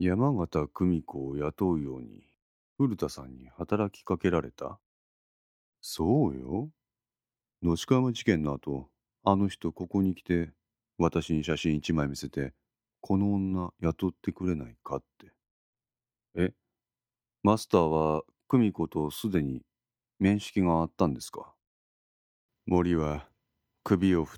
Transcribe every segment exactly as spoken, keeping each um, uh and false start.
山形久美子を雇うように古田さんに働きかけられた。そうよ。野鹿山事件の後、あの人ここに来て、私に写真一枚見せて、この女雇ってくれないかって。え、マスターは久美子とすでに面識があったんですか？森は首を振った。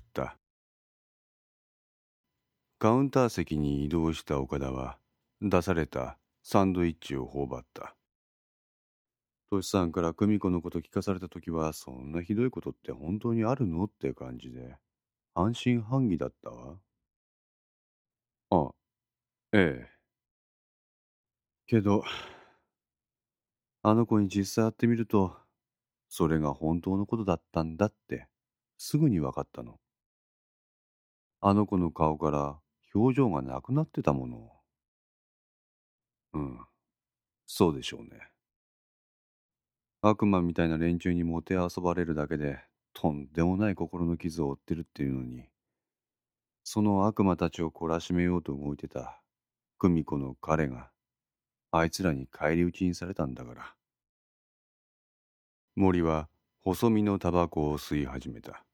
カウンター席に移動した岡田は、出されたサンドイッチを頬張った。トシさんから久美子のこと聞かされた時は、そんなひどいことって本当にあるのって感じで、半信半疑だったわ。あ、ええ。けど、あの子に実際会ってみると、それが本当のことだったんだって、すぐに分かったの。あの子の顔から表情がなくなってたもの。うん、そうでしょうね。悪魔みたいな連中にもてあそばれるだけで、とんでもない心の傷を負ってるっていうのに、その悪魔たちを懲らしめようと動いてた久美子の彼が、あいつらに返り討ちにされたんだから。森は細身のタバコを吸い始めた。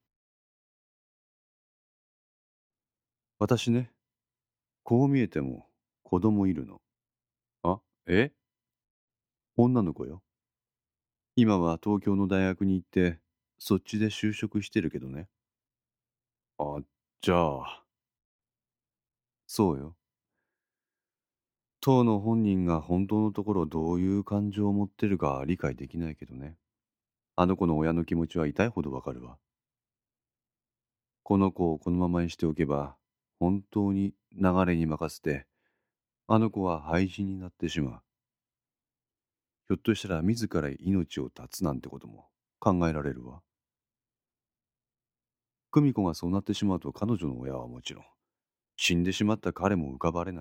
私ね、こう見えても子供いるの。あ、え女の子よ。今は東京の大学に行って、そっちで就職してるけどね。あ、じゃあ。そうよ。当の本人が本当のところどういう感情を持ってるか理解できないけどね。あの子の親の気持ちは痛いほどわかるわ。この子をこのままにしておけば、本当に流れに任せて、あの子は廃人になってしまう。ひょっとしたら自ら命を絶つなんてことも考えられるわ。久美子がそうなってしまうと彼女の親はもちろん、死んでしまった彼も浮かばれない。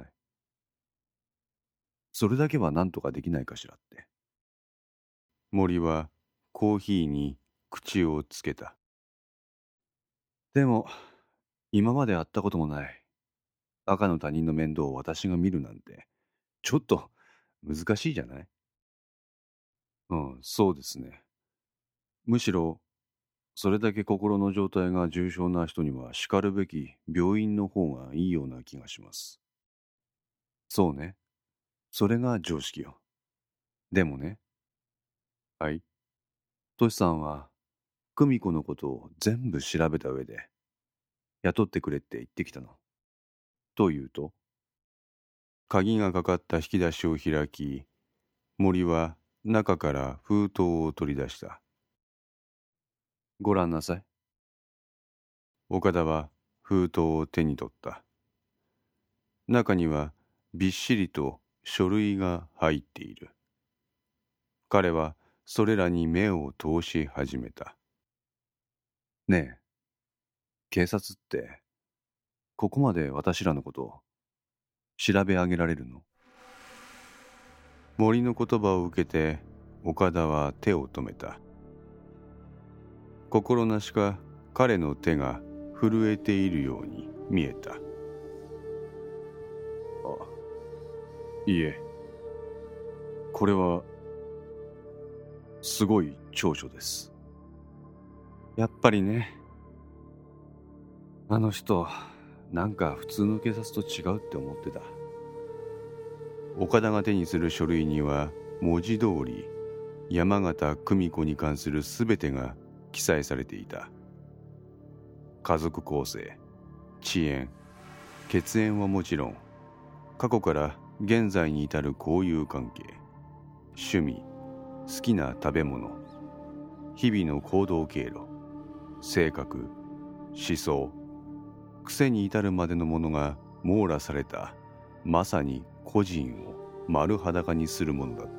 それだけは何とかできないかしらって。森はコーヒーに口をつけた。でも、今まで会ったこともない。赤の他人の面倒を私が見るなんて、ちょっと難しいじゃない？うん、そうですね。むしろ、それだけ心の状態が重症な人にはしかるべき病院の方がいいような気がします。そうね。それが常識よ。でもね、はい。トシさんは、久美子のことを全部調べた上で、雇ってくれって言ってきたの。というと、鍵がかかった引き出しを開き、森は中から封筒を取り出した。ご覧なさい。岡田は封筒を手に取った。中にはびっしりと書類が入っている。彼はそれらに目を通し始めた。ねえ、警察ってここまで私らのことを調べ上げられるの？森の言葉を受けて岡田は手を止めた。心なしか彼の手が震えているように見えた。あ、いいえ、これはすごい長所です。やっぱりね、あの人、なんか普通の警察と違うって思ってた。岡田が手にする書類には、文字通り、山形久美子に関するすべてが記載されていた。家族構成、遅延、血縁はもちろん、過去から現在に至る交友関係、趣味、好きな食べ物、日々の行動経路、性格、思想、癖に至るまでのものが網羅された、まさに個人を丸裸にするものだった。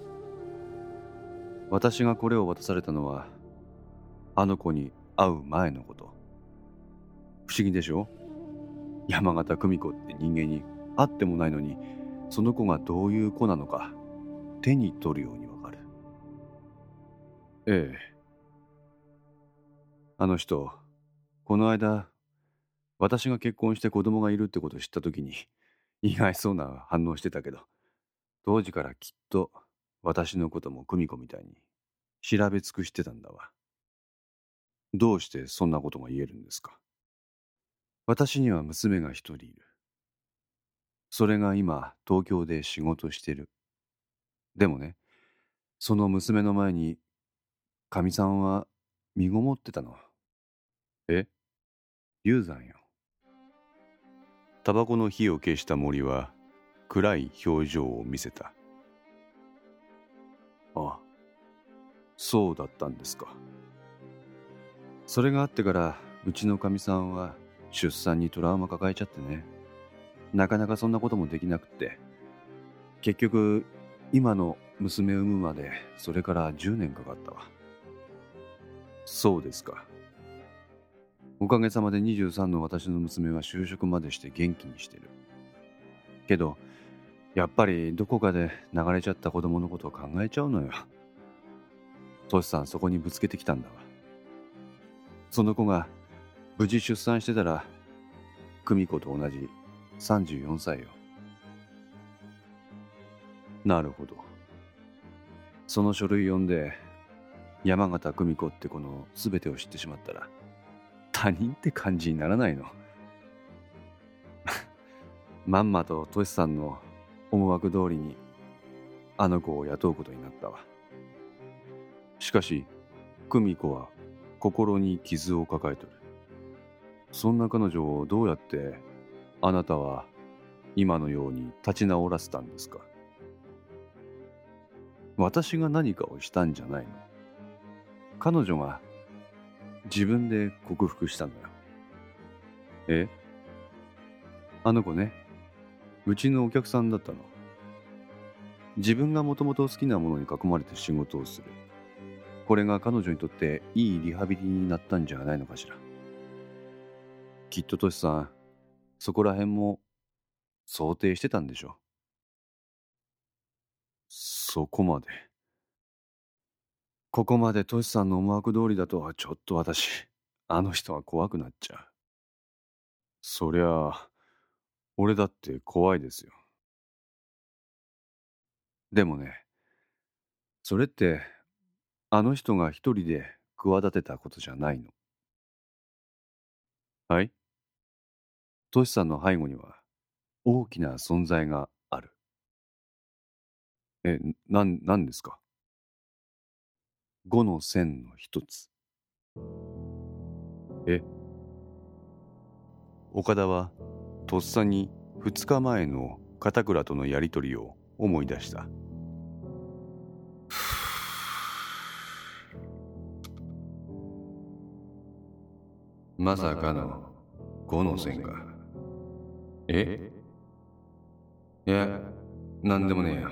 私がこれを渡されたのは、あの子に会う前のこと。不思議でしょ？山形久美子って人間に会ってもないのに、その子がどういう子なのか手に取るようにわかる。ええ。あの人、この間、私が結婚して子供がいるってことを知ったときに、 意外そうな反応してたけど、当時からきっと私のことも久美子みたいに調べ尽くしてたんだわ。どうしてそんなことが言えるんですか？私には娘が一人いる。それが今東京で仕事してる。でもね、その娘の前にかみさんは身ごもってたの。え？流産よ。タバコの火を消した森は暗い表情を見せた。ああ、そうだったんですか。それがあってからうちのかみさんは出産にトラウマ抱えちゃってね、なかなかそんなこともできなくって、結局今の娘を産むまでそれからじゅうねんかかったわ。そうですか。おかげさまでにじゅうさんの私の娘は就職までして元気にしてる。けどやっぱりどこかで流れちゃった子供のことを考えちゃうのよ。トシさんそこにぶつけてきたんだわ。その子が無事出産してたら久美子と同じさんじゅうよんさいよ。なるほど。その書類読んで山形久美子って子の全てを知ってしまったら他人って感じにならないの。まんまとトシさんの思惑通りにあの子を雇うことになったわ。しかし久美子は心に傷を抱えとる。そんな彼女をどうやってあなたは今のように立ち直らせたんですか？私が何かをしたんじゃないの。彼女が自分で克服したのよ。え？あの子ね、うちのお客さんだったの。自分がもともと好きなものに囲まれて仕事をする。これが彼女にとっていいリハビリになったんじゃないのかしら。きっとトシさん、そこら辺も想定してたんでしょ。そこまで。ここまでトシさんの思惑通りだとはちょっと私、あの人は怖くなっちゃう。そりゃあ、俺だって怖いですよ。でもね、それってあの人が一人で企てたことじゃないの。はい？トシさんの背後には大きな存在がある。え、なん、なんですか？五の線の一つ。え？岡田はとっさに二日前の片倉とのやりとりを思い出した。まさかの五の線か。え？いや、なんでもねえよ。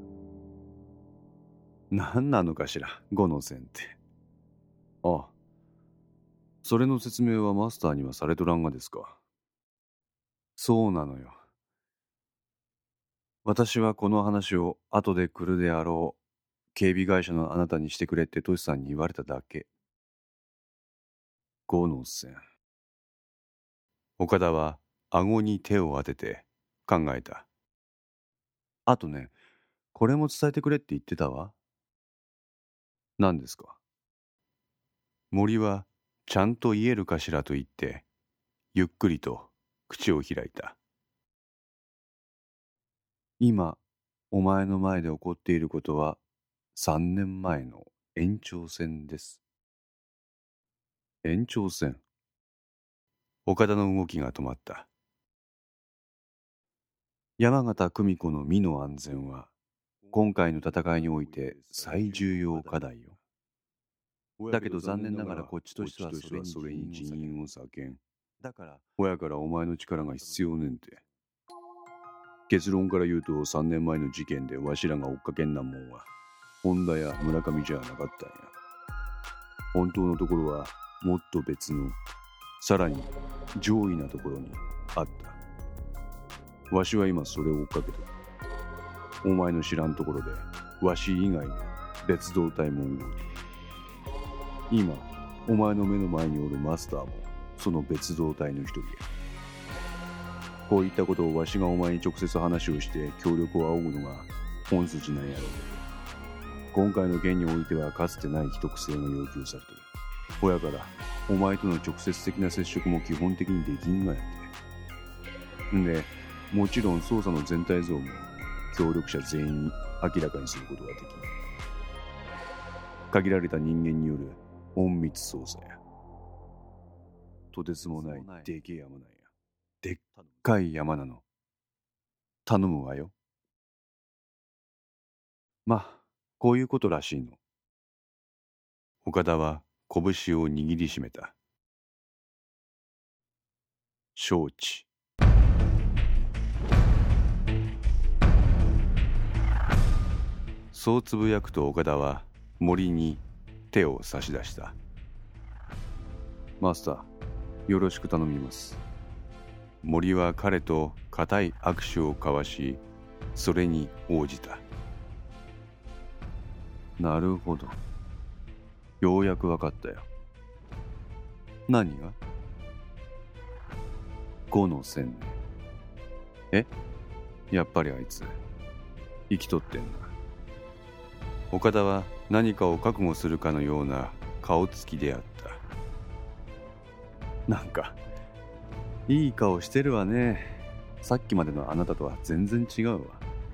なんなのかしら、五の線って。ああ、それの説明はマスターにはされとらんがですか。そうなのよ。私はこの話を後で来るであろう警備会社のあなたにしてくれってトシさんに言われただけ。五の線。岡田は顎に手を当てて考えた。あとね、これも伝えてくれって言ってたわ。何ですか？森はちゃんと言えるかしらと言ってゆっくりと口を開いた。今お前の前で起こっていることは三年前の延長戦です。延長戦。岡田の動きが止まった。山形久美子の身の安全は今回の戦いにおいて最重要課題よ。だけど残念ながらこっちとしてはそれに人員を割けん。だから親からお前の力が必要ねんて。結論から言うとさんねんまえの事件でわしらが追っかけんなんもんは本田や村上じゃなかったんや。本当のところはもっと別のさらに上位なところにあった。わしは今それを追っかけてる。お前の知らんところでわし以外の別動隊も動いてる。今お前の目の前におるマスターもその別動隊の一人や。 こういったことをわしがお前に直接話をして協力を仰ぐのが本筋なんやろう。今回の件においてはかつてない秘匿性が要求されてる。ほやからお前との直接的な接触も基本的にできんがやって。んで、もちろん捜査の全体像も協力者全員に明らかにすることができる。限られた人間による隠密捜査や。とてつもないでけえ山なんや。でっかい山なの。頼むわよ。まあ、こういうことらしいの。岡田は拳を握りしめた。承知。そうつぶやくと岡田は森に手を差し出した。マスター、よろしく頼みます。森は彼と固い握手を交わし、それに応じた。なるほど。ようやくわかったよ。何が？五の線ね。え？やっぱりあいつ生きとってんな。岡田は何かを覚悟するかのような顔つきであった。なんかいい顔してるわね。さっきまでのあなたとは全然違うわ。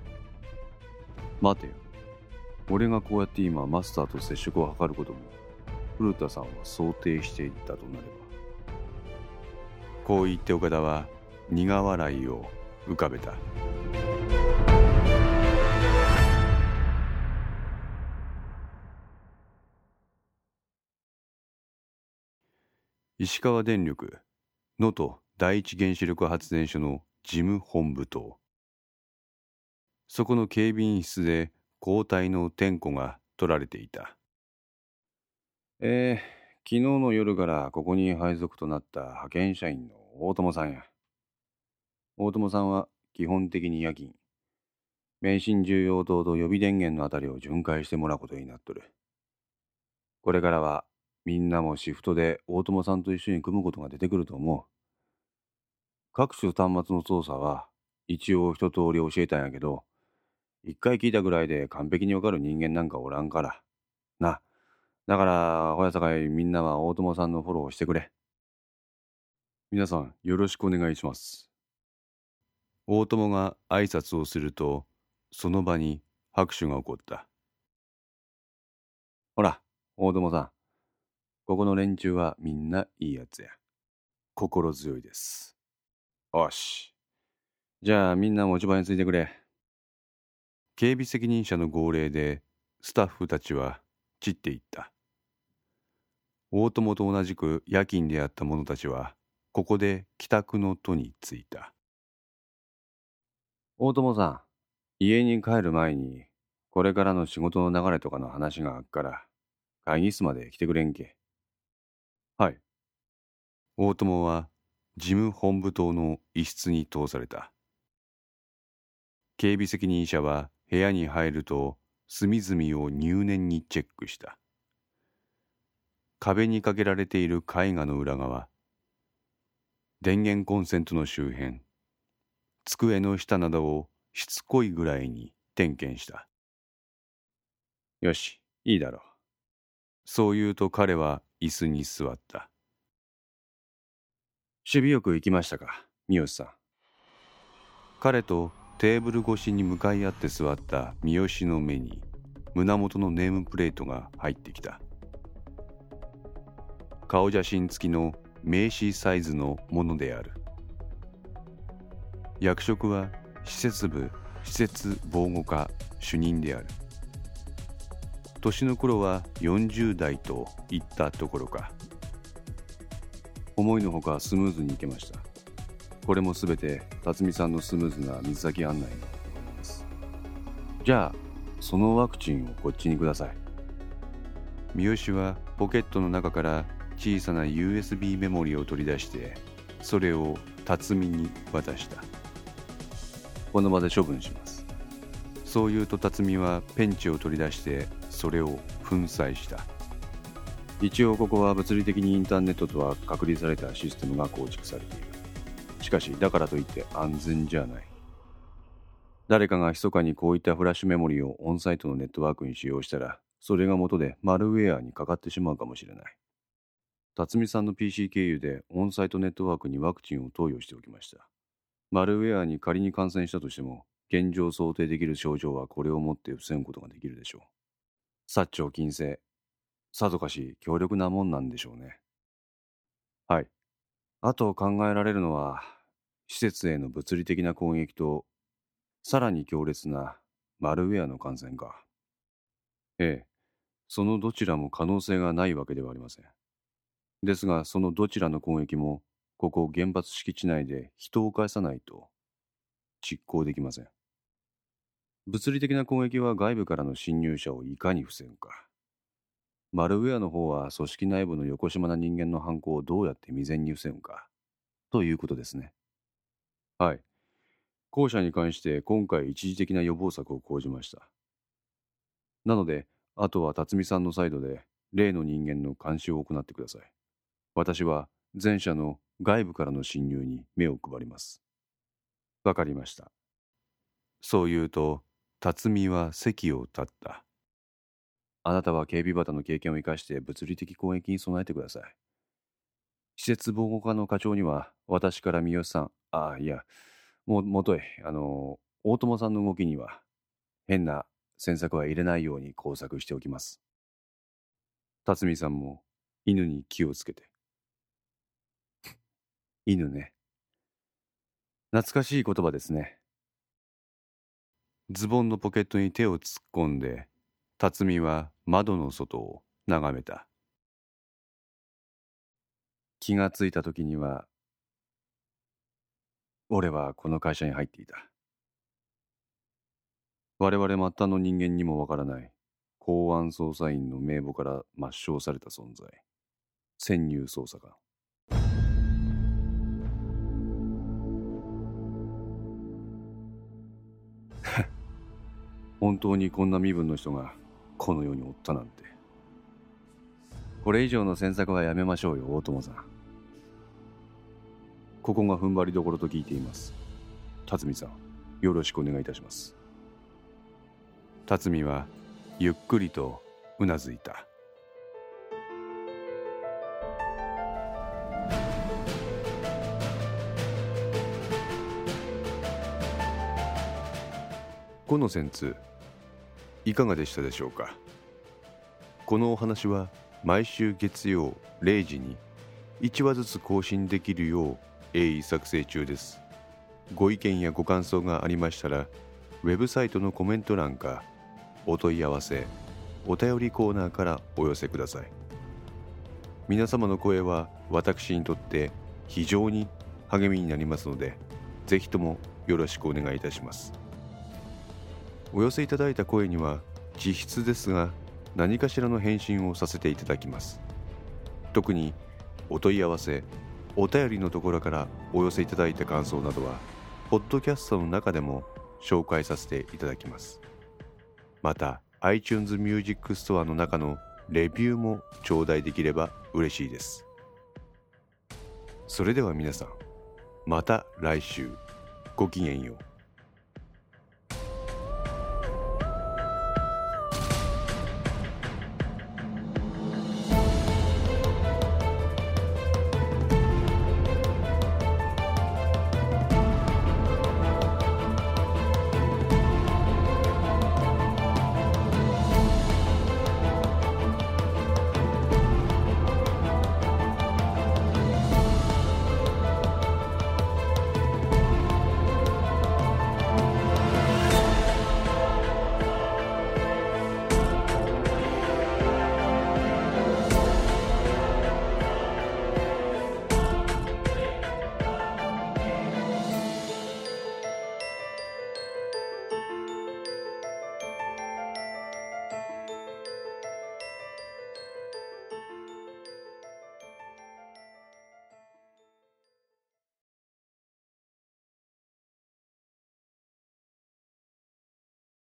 待てよ。俺がこうやって今マスターと接触を図ることも古田さんは想定していたとなれば。こう言って岡田は苦笑いを浮かべた。石川電力能登第一原子力発電所の事務本部棟。そこの警備員室で交代の点呼が取られていた。えー、昨日の夜からここに配属となった派遣社員の大友さんや。大友さんは基本的に夜勤。免震重要棟と予備電源のあたりを巡回してもらうことになっとる。これからはみんなもシフトで大友さんと一緒に組むことが出てくると思う。各種端末の操作は一応一通り教えたんやけど、一回聞いたぐらいで完璧にわかる人間なんかおらんから。な。だから、ほやさかいみんなは大友さんのフォローをしてくれ。皆さんよろしくお願いします。大友が挨拶をすると、その場に拍手が起こった。ほら、大友さん。ここの連中はみんないいやつや。心強いです。よし。じゃあみんな持ち場についてくれ。警備責任者の号令でスタッフたちは散っていった。大友と同じく夜勤であった者たちはここで帰宅の途に就いた。大友さん、家に帰る前にこれからの仕事の流れとかの話があっから会議室まで来てくれんけ。はい。大友は事務本部棟の一室に通された。警備責任者は部屋に入ると隅々を入念にチェックした。壁にかけられている絵画の裏側、電源コンセントの周辺、机の下などをしつこいぐらいに点検した。よし、いいだろう。そう言うと彼は椅子に座った。守備よく行きましたか、三好さん。彼とテーブル越しに向かい合って座った三好の目に胸元のネームプレートが入ってきた。顔写真付きの名刺サイズのものである。役職は施設部施設防護課主任である。年の頃はよんじゅう代といったところか。思いのほかスムーズにいけました。これもすべて辰巳さんのスムーズな水先案内のおかげです。じゃあそのワクチンをこっちにください。三好はポケットの中から小さな ユーエスビー メモリを取り出してそれを辰巳に渡した。この場で処分します。そう言うと辰巳はペンチを取り出してそれを粉砕した。一応ここは物理的にインターネットとは隔離されたシステムが構築されている。 しかしだからといって安全じゃない。誰かが密かにこういったフラッシュメモリーをオンサイトのネットワークに使用したら、それが元でマルウェアにかかってしまうかもしれない。辰巳さんの ピーシー 経由でオンサイトネットワークにワクチンを投与しておきました。マルウェアに仮に感染したとしても、現状想定できる症状はこれをもって防ぐことができるでしょう。薩長禁制、さぞかし強力なもんなんでしょうね。はい。あと考えられるのは、施設への物理的な攻撃と、さらに強烈なマルウェアの感染か。ええ、そのどちらも可能性がないわけではありません。ですが、そのどちらの攻撃も、ここ原発敷地内で人を介さないと実行できません。物理的な攻撃は外部からの侵入者をいかに防ぐか。マルウェアの方は組織内部のよこしまな人間の犯行をどうやって未然に防ぐか。ということですね。はい。後者に関して今回一時的な予防策を講じました。なので、あとは辰巳さんのサイドで例の人間の監視を行ってください。私は前者の外部からの侵入に目を配ります。わかりました。そう言うと、辰巳は席を立った。あなたは警備バタの経験を生かして物理的攻撃に備えてください。施設防護課の課長には私から三好さん、ああ、いや、も、もとへ、あの、大友さんの動きには変な詮索は入れないように工作しておきます。辰巳さんも犬に気をつけて。犬ね。懐かしい言葉ですね。ズボンのポケットに手を突っ込んで、辰巳は窓の外を眺めた。気がついた時には、俺はこの会社に入っていた。我々末端の人間にもわからない公安捜査員の名簿から抹消された存在。潜入捜査官。本当にこんな身分の人がこの世におったなんて。これ以上の詮索はやめましょうよ、大友さん。ここが踏ん張りどころと聞いています。辰巳さん、よろしくお願いいたします。辰巳はゆっくりとうなずいた。この旋通、いかがでしたでしょうか。このお話は毎週月曜れいじにいちわずつ更新できるよう鋭意作成中です。ご意見やご感想がありましたら、ウェブサイトのコメント欄かお問い合わせ、お便りコーナーからお寄せください。皆様の声は私にとって非常に励みになりますので、ぜひともよろしくお願いいたします。お寄せいただいた声には実質ですが何かしらの返信をさせていただきます。特にお問い合わせ、お便りのところからお寄せいただいた感想などはポッドキャストの中でも紹介させていただきます。また iTunes Music Store の中のレビューも頂戴できれば嬉しいです。それでは皆さん、また来週ごきげんよう。